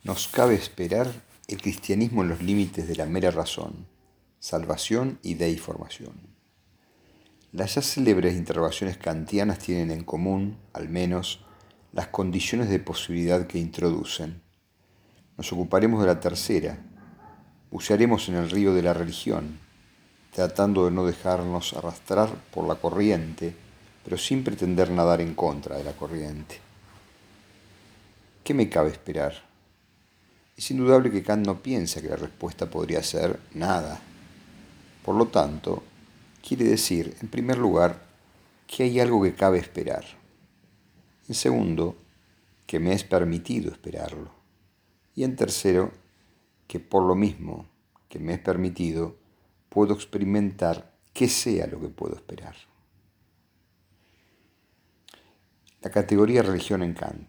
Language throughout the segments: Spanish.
Nos cabe esperar el cristianismo en los límites de la mera razón, salvación y deiformación. Las ya célebres interrogaciones kantianas tienen en común, al menos, las condiciones de posibilidad que introducen. Nos ocuparemos de la tercera, bucearemos en el río de la religión, tratando de no dejarnos arrastrar por la corriente, pero sin pretender nadar en contra de la corriente. ¿Qué me cabe esperar? Es indudable que Kant no piensa que la respuesta podría ser nada. Por lo tanto, quiere decir, en primer lugar, que hay algo que cabe esperar. En segundo, que me es permitido esperarlo. Y en tercero, que por lo mismo que me es permitido, puedo experimentar que sea lo que puedo esperar. La categoría religión en Kant.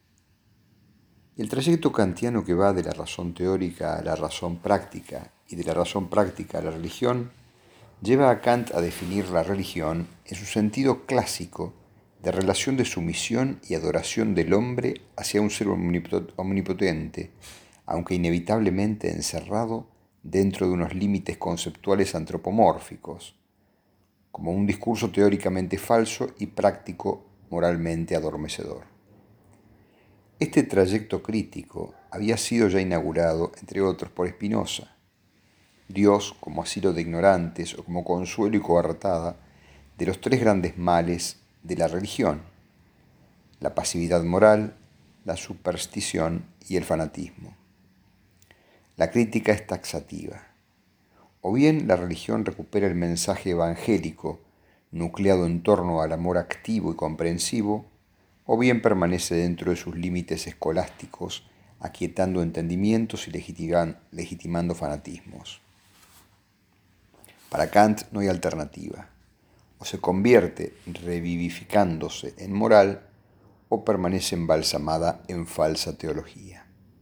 El trayecto kantiano que va de la razón teórica a la razón práctica y de la razón práctica a la religión lleva a Kant a definir la religión en su sentido clásico de relación de sumisión y adoración del hombre hacia un ser omnipotente, aunque inevitablemente encerrado dentro de unos límites conceptuales antropomórficos, como un discurso teóricamente falso y práctico moralmente adormecedor. Este trayecto crítico había sido ya inaugurado, entre otros, por Spinoza. Dios como asilo de ignorantes o como consuelo y coartada de los tres grandes males de la religión: la pasividad moral, la superstición y el fanatismo. La crítica es taxativa. O bien la religión recupera el mensaje evangélico nucleado en torno al amor activo y comprensivo, o bien permanece dentro de sus límites escolásticos, aquietando entendimientos y legitimando fanatismos. Para Kant no hay alternativa. O se convierte revivificándose en moral, o permanece embalsamada en falsa teología.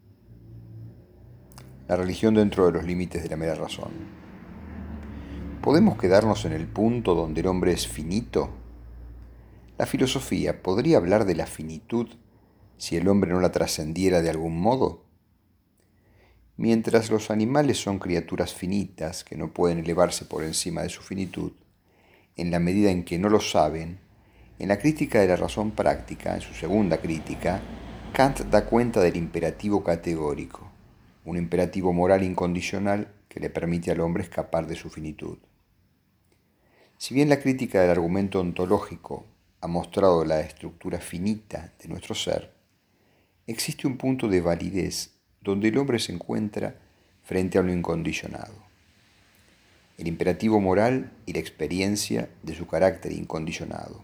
La religión dentro de los límites de la mera razón. ¿Podemos quedarnos en el punto donde el hombre es finito? La filosofía podría hablar de la finitud si el hombre no la trascendiera de algún modo. Mientras los animales son criaturas finitas que no pueden elevarse por encima de su finitud, en la medida en que no lo saben, en la crítica de la razón práctica, en su segunda crítica, Kant da cuenta del imperativo categórico, un imperativo moral incondicional que le permite al hombre escapar de su finitud. Si bien la crítica del argumento ontológico ha mostrado la estructura finita de nuestro ser, existe un punto de validez donde el hombre se encuentra frente a lo incondicionado. El imperativo moral y la experiencia de su carácter incondicionado.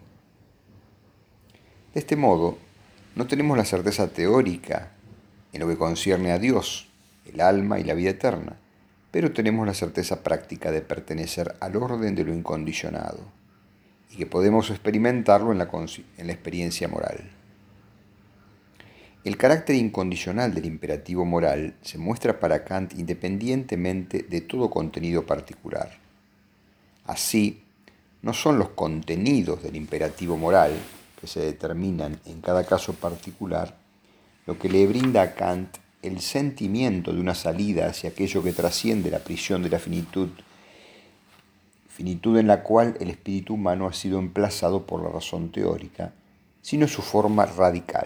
De este modo, no tenemos la certeza teórica en lo que concierne a Dios, el alma y la vida eterna, pero tenemos la certeza práctica de pertenecer al orden de lo incondicionado y que podemos experimentarlo en la experiencia moral. El carácter incondicional del imperativo moral se muestra para Kant independientemente de todo contenido particular. Así, no son los contenidos del imperativo moral, que se determinan en cada caso particular, lo que le brinda a Kant el sentimiento de una salida hacia aquello que trasciende la prisión de la finitud en la cual el espíritu humano ha sido emplazado por la razón teórica, sino su forma radical.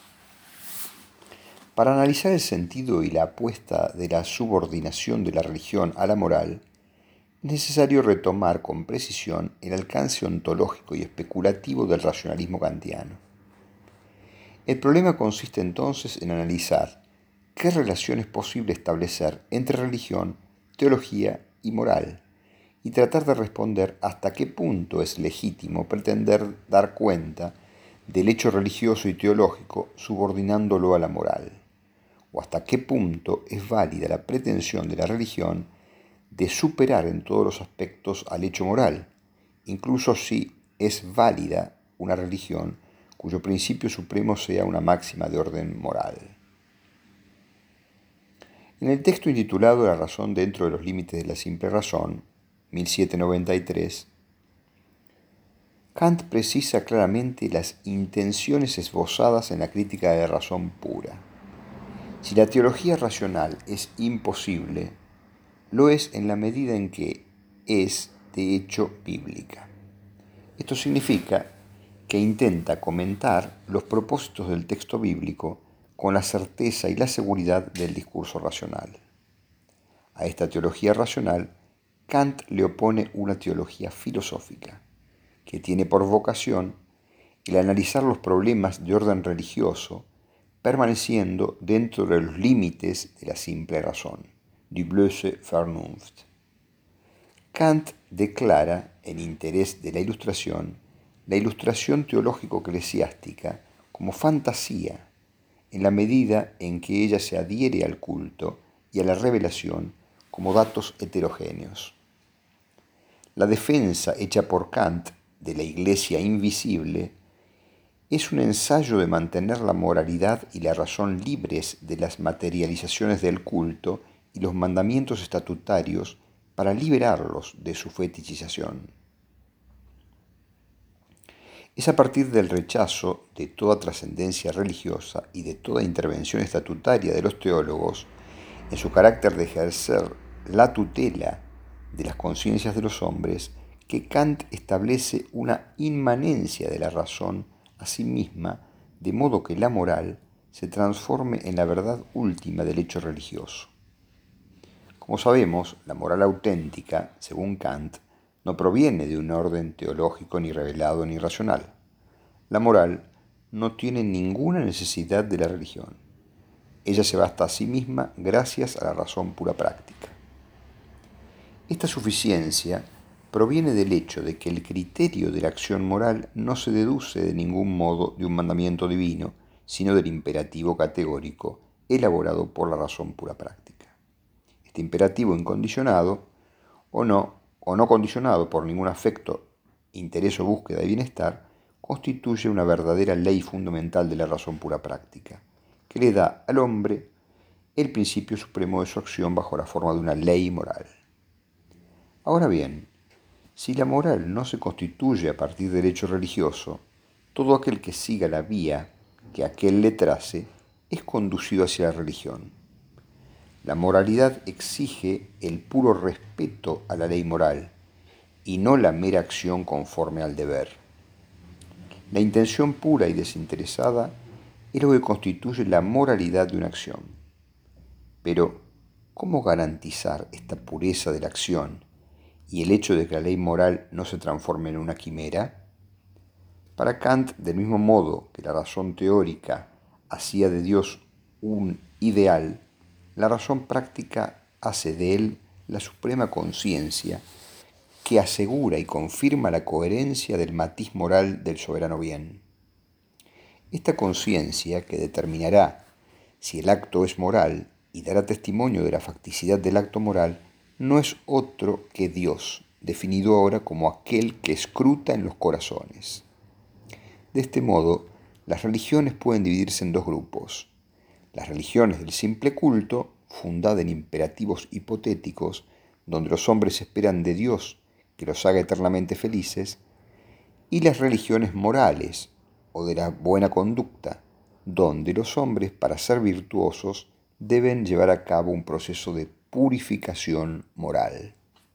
Para analizar el sentido y la apuesta de la subordinación de la religión a la moral, es necesario retomar con precisión el alcance ontológico y especulativo del racionalismo kantiano. El problema consiste entonces en analizar qué relación es posible establecer entre religión, teología y moral, y tratar de responder hasta qué punto es legítimo pretender dar cuenta del hecho religioso y teológico subordinándolo a la moral, o hasta qué punto es válida la pretensión de la religión de superar en todos los aspectos al hecho moral, incluso si es válida una religión cuyo principio supremo sea una máxima de orden moral. En el texto intitulado La razón dentro de los límites de la simple razón, 1793, Kant precisa claramente las intenciones esbozadas en la crítica de la razón pura. Si la teología racional es imposible, lo es en la medida en que es, de hecho, bíblica. Esto significa que intenta comentar los propósitos del texto bíblico con la certeza y la seguridad del discurso racional. A esta teología racional, Kant le opone una teología filosófica, que tiene por vocación el analizar los problemas de orden religioso, permaneciendo dentro de los límites de la simple razón, die bloße Vernunft. Kant declara, en interés de la ilustración teológico-eclesiástica como fantasía, en la medida en que ella se adhiere al culto y a la revelación como datos heterogéneos. La defensa hecha por Kant de la Iglesia invisible es un ensayo de mantener la moralidad y la razón libres de las materializaciones del culto y los mandamientos estatutarios para liberarlos de su fetichización. Es a partir del rechazo de toda trascendencia religiosa y de toda intervención estatutaria de los teólogos en su carácter de ejercer la tutela de las conciencias de los hombres que Kant establece una inmanencia de la razón a sí misma, de modo que la moral se transforme en la verdad última del hecho religioso. Como sabemos, la moral auténtica, según Kant, no proviene de un orden teológico ni revelado ni racional. La moral no tiene ninguna necesidad de la religión. Ella se basta a sí misma gracias a la razón pura práctica. Esta suficiencia proviene del hecho de que el criterio de la acción moral no se deduce de ningún modo de un mandamiento divino, sino del imperativo categórico elaborado por la razón pura práctica. Este imperativo incondicionado, o no condicionado por ningún afecto, interés o búsqueda de bienestar, constituye una verdadera ley fundamental de la razón pura práctica, que le da al hombre el principio supremo de su acción bajo la forma de una ley moral. Ahora bien, si la moral no se constituye a partir del hecho religioso, todo aquel que siga la vía que aquel le trace es conducido hacia la religión. La moralidad exige el puro respeto a la ley moral y no la mera acción conforme al deber. La intención pura y desinteresada es lo que constituye la moralidad de una acción. Pero, ¿cómo garantizar esta pureza de la acción y el hecho de que la ley moral no se transforme en una quimera? Para Kant, del mismo modo que la razón teórica hacía de Dios un ideal, la razón práctica hace de él la suprema conciencia que asegura y confirma la coherencia del matiz moral del soberano bien. Esta conciencia, que determinará si el acto es moral y dará testimonio de la facticidad del acto moral, no es otro que Dios, definido ahora como aquel que escruta en los corazones. De este modo, las religiones pueden dividirse en dos grupos: las religiones del simple culto, fundada en imperativos hipotéticos, donde los hombres esperan de Dios que los haga eternamente felices, y las religiones morales, o de la buena conducta, donde los hombres, para ser virtuosos, deben llevar a cabo un proceso de purificación moral.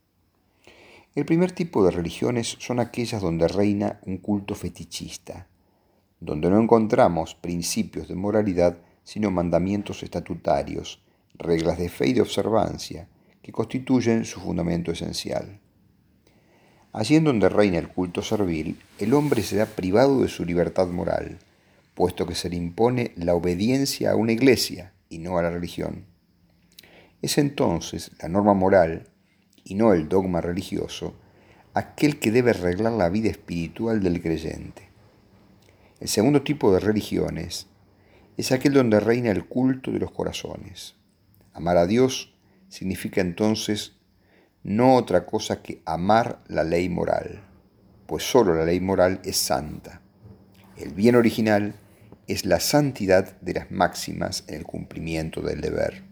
El primer tipo de religiones son aquellas donde reina un culto fetichista, donde no encontramos principios de moralidad, sino mandamientos estatutarios, reglas de fe y de observancia, que constituyen su fundamento esencial. Allí en donde reina el culto servil, el hombre será privado de su libertad moral, puesto que se le impone la obediencia a una iglesia y no a la religión. Es entonces la norma moral, y no el dogma religioso, aquel que debe reglar la vida espiritual del creyente. El segundo tipo de religiones es aquel donde reina el culto de los corazones. Amar a Dios significa entonces no otra cosa que amar la ley moral, pues sólo la ley moral es santa. El bien original es la santidad de las máximas en el cumplimiento del deber.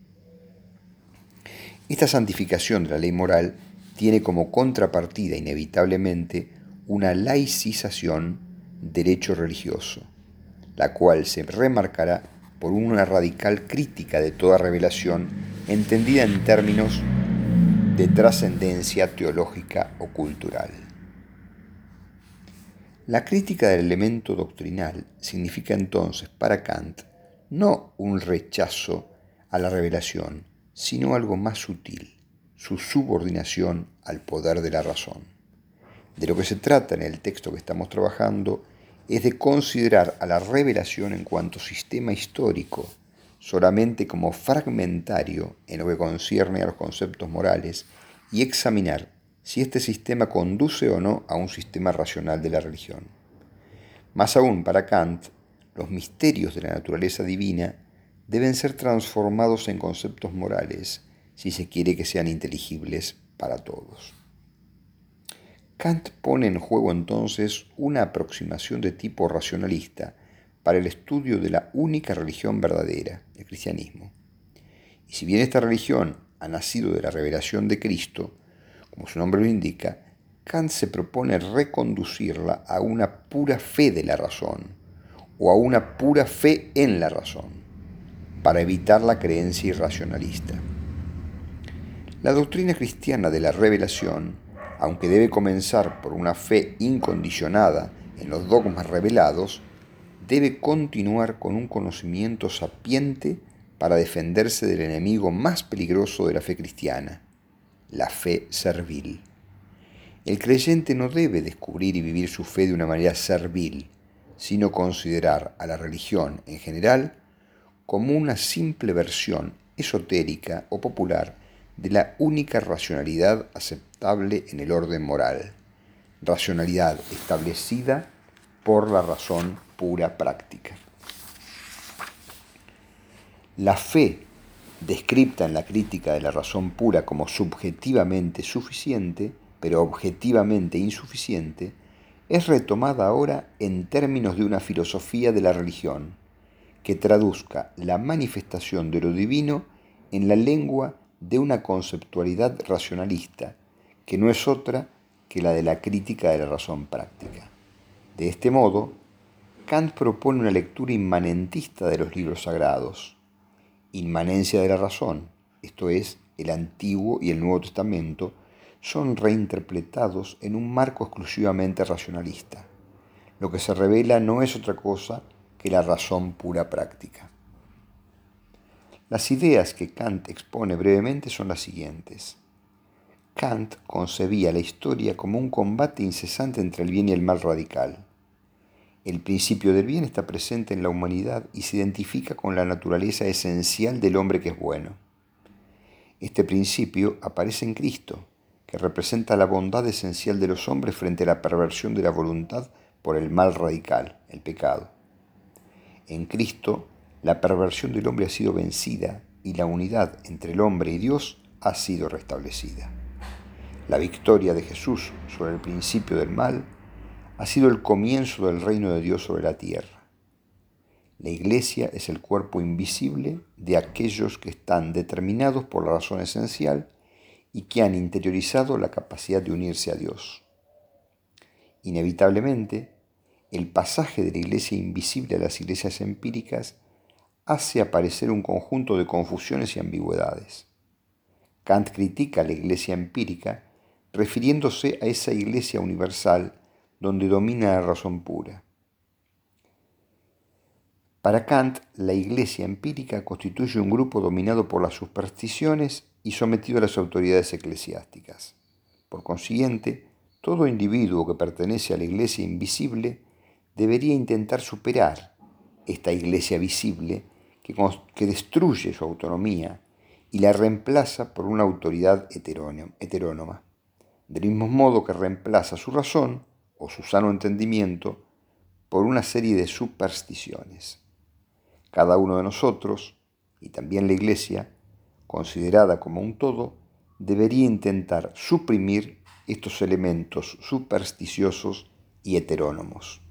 Esta santificación de la ley moral tiene como contrapartida inevitablemente una laicización del hecho religioso, la cual se remarcará por una radical crítica de toda revelación entendida en términos de trascendencia teológica o cultural. La crítica del elemento doctrinal significa entonces para Kant no un rechazo a la revelación, sino algo más sutil, su subordinación al poder de la razón. De lo que se trata en el texto que estamos trabajando es de considerar a la revelación en cuanto sistema histórico, solamente como fragmentario en lo que concierne a los conceptos morales, y examinar si este sistema conduce o no a un sistema racional de la religión. Más aún, para Kant, los misterios de la naturaleza divina deben ser transformados en conceptos morales si se quiere que sean inteligibles para todos. Kant pone en juego entonces una aproximación de tipo racionalista para el estudio de la única religión verdadera, el cristianismo. Y si bien esta religión ha nacido de la revelación de Cristo, como su nombre lo indica, Kant se propone reconducirla a una pura fe de la razón, o a una pura fe en la razón, para evitar la creencia irracionalista. La doctrina cristiana de la revelación, aunque debe comenzar por una fe incondicionada en los dogmas revelados, debe continuar con un conocimiento sapiente para defenderse del enemigo más peligroso de la fe cristiana, la fe servil. El creyente no debe descubrir y vivir su fe de una manera servil, sino considerar a la religión en general como una simple versión esotérica o popular de la única racionalidad aceptable en el orden moral, racionalidad establecida por la razón pura práctica. La fe, descripta en la crítica de la razón pura como subjetivamente suficiente, pero objetivamente insuficiente, es retomada ahora en términos de una filosofía de la religión, que traduzca la manifestación de lo divino en la lengua de una conceptualidad racionalista, que no es otra que la de la crítica de la razón práctica. De este modo, Kant propone una lectura inmanentista de los libros sagrados, inmanencia de la razón, esto es, el Antiguo y el Nuevo Testamento, son reinterpretados en un marco exclusivamente racionalista. Lo que se revela no es otra cosa que la razón pura práctica. Las ideas que Kant expone brevemente son las siguientes. Kant concebía la historia como un combate incesante entre el bien y el mal radical. El principio del bien está presente en la humanidad y se identifica con la naturaleza esencial del hombre que es bueno. Este principio aparece en Cristo, que representa la bondad esencial de los hombres frente a la perversión de la voluntad por el mal radical, el pecado. En Cristo, la perversión del hombre ha sido vencida y la unidad entre el hombre y Dios ha sido restablecida. La victoria de Jesús sobre el principio del mal ha sido el comienzo del reino de Dios sobre la tierra. La Iglesia es el cuerpo invisible de aquellos que están determinados por la razón esencial y que han interiorizado la capacidad de unirse a Dios. Inevitablemente, el pasaje de la Iglesia invisible a las iglesias empíricas hace aparecer un conjunto de confusiones y ambigüedades. Kant critica a la Iglesia empírica refiriéndose a esa Iglesia universal donde domina la razón pura. Para Kant, la Iglesia empírica constituye un grupo dominado por las supersticiones y sometido a las autoridades eclesiásticas. Por consiguiente, todo individuo que pertenece a la Iglesia invisible debería intentar superar esta Iglesia visible que destruye su autonomía y la reemplaza por una autoridad heterónoma, del mismo modo que reemplaza su razón o su sano entendimiento por una serie de supersticiones. Cada uno de nosotros, y también la Iglesia, considerada como un todo, debería intentar suprimir estos elementos supersticiosos y heterónomos.